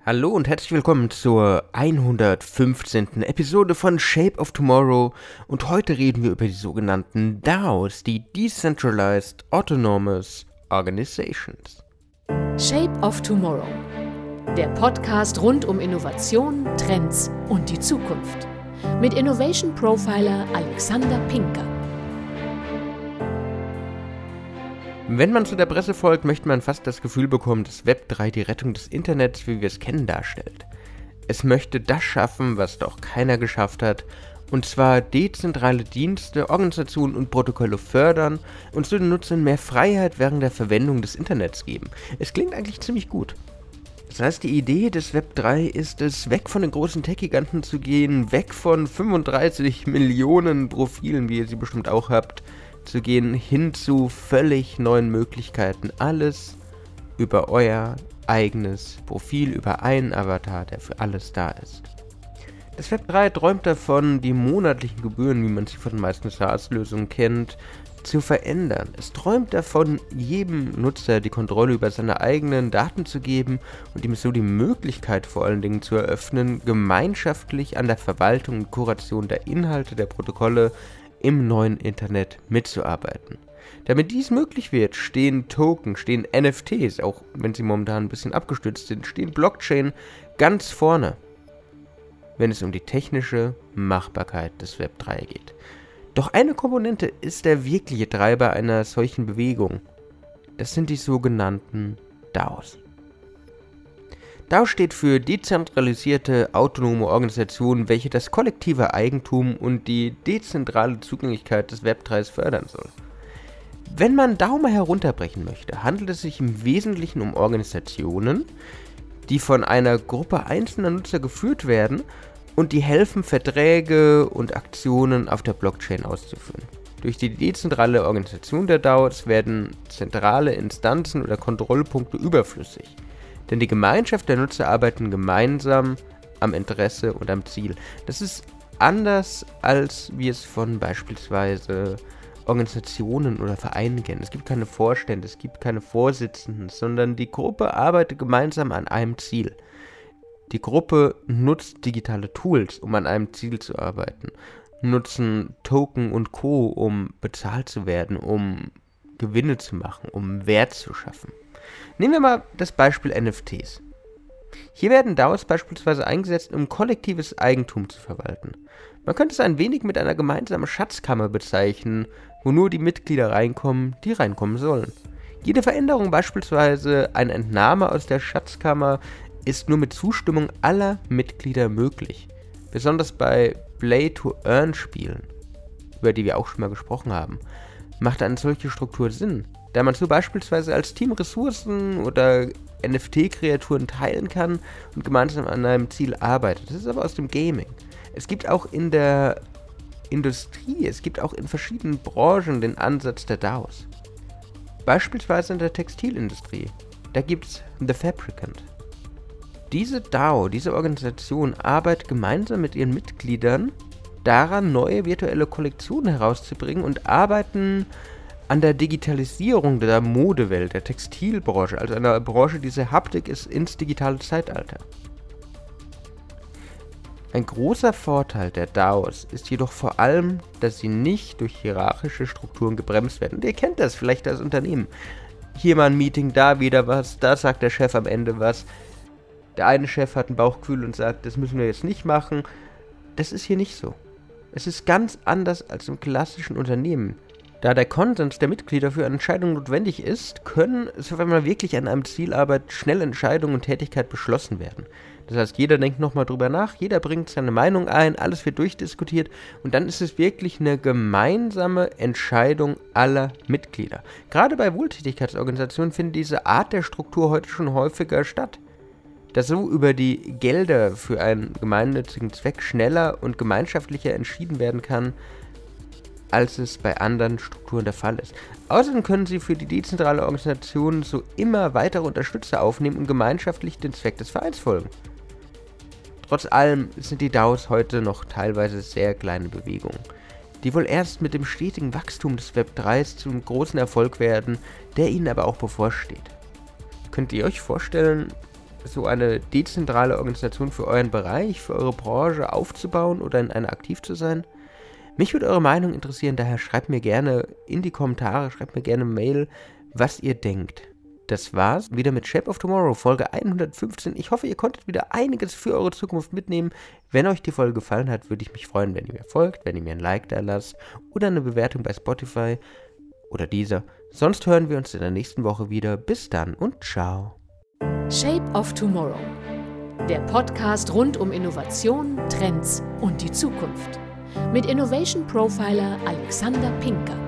Hallo und herzlich willkommen zur 115. Episode von Shape of Tomorrow und heute reden wir über die sogenannten DAOs, die Decentralized Autonomous Organizations. Shape of Tomorrow, der Podcast rund um Innovation, Trends und die Zukunft mit Innovation Profiler Alexander Pinker. Wenn man zu der Presse folgt, möchte man fast das Gefühl bekommen, dass Web3 die Rettung des Internets, wie wir es kennen, darstellt. Es möchte das schaffen, was doch keiner geschafft hat, und zwar dezentrale Dienste, Organisationen und Protokolle fördern und so den Nutzern mehr Freiheit während der Verwendung des Internets geben. Es klingt eigentlich ziemlich gut. Das heißt, die Idee des Web3 ist es, weg von den großen Tech-Giganten zu gehen, weg von 35 Millionen Profilen, wie ihr sie bestimmt auch habt, zu gehen, hin zu völlig neuen Möglichkeiten. Alles über euer eigenes Profil, über einen Avatar, der für alles da ist. Das Web 3 träumt davon, die monatlichen Gebühren, wie man sie von den meisten SaaS-Lösungen kennt, zu verändern. Es träumt davon, jedem Nutzer die Kontrolle über seine eigenen Daten zu geben und ihm so die Möglichkeit vor allen Dingen zu eröffnen, gemeinschaftlich an der Verwaltung und Kuration der Inhalte der Protokolle im neuen Internet mitzuarbeiten. Damit dies möglich wird, stehen Token, stehen NFTs, auch wenn sie momentan ein bisschen abgestürzt sind, stehen Blockchain ganz vorne, wenn es um die technische Machbarkeit des Web 3 geht. Doch eine Komponente ist der wirkliche Treiber einer solchen Bewegung. Das sind die sogenannten DAOs. DAO steht für dezentralisierte autonome Organisation, welche das kollektive Eigentum und die dezentrale Zugänglichkeit des Web 3 fördern soll. Wenn man DAO mal herunterbrechen möchte, handelt es sich im Wesentlichen um Organisationen, die von einer Gruppe einzelner Nutzer geführt werden und die helfen, Verträge und Aktionen auf der Blockchain auszuführen. Durch die dezentrale Organisation der DAOs werden zentrale Instanzen oder Kontrollpunkte überflüssig. Denn die Gemeinschaft der Nutzer arbeiten gemeinsam am Interesse und am Ziel. Das ist anders, als wir es von beispielsweise Organisationen oder Vereinen kennen. Es gibt keine Vorstände, es gibt keine Vorsitzenden, sondern die Gruppe arbeitet gemeinsam an einem Ziel. Die Gruppe nutzt digitale Tools, um an einem Ziel zu arbeiten, nutzen Token und Co., um bezahlt zu werden, um Gewinne zu machen, um Wert zu schaffen. Nehmen wir mal das Beispiel NFTs. Hier werden DAOs beispielsweise eingesetzt, um kollektives Eigentum zu verwalten. Man könnte es ein wenig mit einer gemeinsamen Schatzkammer bezeichnen, wo nur die Mitglieder reinkommen, die reinkommen sollen. Jede Veränderung, beispielsweise eine Entnahme aus der Schatzkammer, ist nur mit Zustimmung aller Mitglieder möglich. Besonders bei Play-to-Earn-Spielen, über die wir auch schon mal gesprochen haben, macht eine solche Struktur Sinn, da man so beispielsweise als Team Ressourcen oder NFT-Kreaturen teilen kann und gemeinsam an einem Ziel arbeitet. Das ist aber aus dem Gaming. Es gibt auch in der Industrie, es gibt auch in verschiedenen Branchen den Ansatz der DAOs. Beispielsweise in der Textilindustrie. Da gibt es The Fabricant. Diese DAO, diese Organisation arbeitet gemeinsam mit ihren Mitgliedern daran, neue virtuelle Kollektionen herauszubringen und arbeiten an der Digitalisierung der Modewelt, der Textilbranche, also einer Branche, die sehr haptik ist, ins digitale Zeitalter. Ein großer Vorteil der DAOs ist jedoch vor allem, dass sie nicht durch hierarchische Strukturen gebremst werden. Und ihr kennt das vielleicht als Unternehmen. Hier mal ein Meeting, da wieder was, da sagt der Chef am Ende was. Der eine Chef hat ein Bauchgefühl und sagt, das müssen wir jetzt nicht machen. Das ist hier nicht so. Es ist ganz anders als im klassischen Unternehmen. Da der Konsens der Mitglieder für eine Entscheidung notwendig ist, können, sofern man wirklich an einem Ziel arbeitet, schnell Entscheidungen und Tätigkeit beschlossen werden. Das heißt, jeder denkt nochmal drüber nach, jeder bringt seine Meinung ein, alles wird durchdiskutiert und dann ist es wirklich eine gemeinsame Entscheidung aller Mitglieder. Gerade bei Wohltätigkeitsorganisationen findet diese Art der Struktur heute schon häufiger statt. Dass so über die Gelder für einen gemeinnützigen Zweck schneller und gemeinschaftlicher entschieden werden kann, als es bei anderen Strukturen der Fall ist. Außerdem können sie für die dezentrale Organisation so immer weitere Unterstützer aufnehmen und gemeinschaftlich den Zweck des Vereins folgen. Trotz allem sind die DAOs heute noch teilweise sehr kleine Bewegungen, die wohl erst mit dem stetigen Wachstum des Web 3 zum großen Erfolg werden, der ihnen aber auch bevorsteht. Könnt ihr euch vorstellen, so eine dezentrale Organisation für euren Bereich, für eure Branche aufzubauen oder in einer aktiv zu sein? Mich würde eure Meinung interessieren, daher schreibt mir gerne in die Kommentare, schreibt mir gerne eine Mail, was ihr denkt. Das war's wieder mit Shape of Tomorrow, Folge 115. Ich hoffe, ihr konntet wieder einiges für eure Zukunft mitnehmen. Wenn euch die Folge gefallen hat, würde ich mich freuen, wenn ihr mir folgt, wenn ihr mir ein Like da lasst oder eine Bewertung bei Spotify oder dieser. Sonst hören wir uns in der nächsten Woche wieder. Bis dann und ciao. Shape of Tomorrow, der Podcast rund um Innovation, Trends und die Zukunft. Mit Innovation Profiler Alexander Pinker.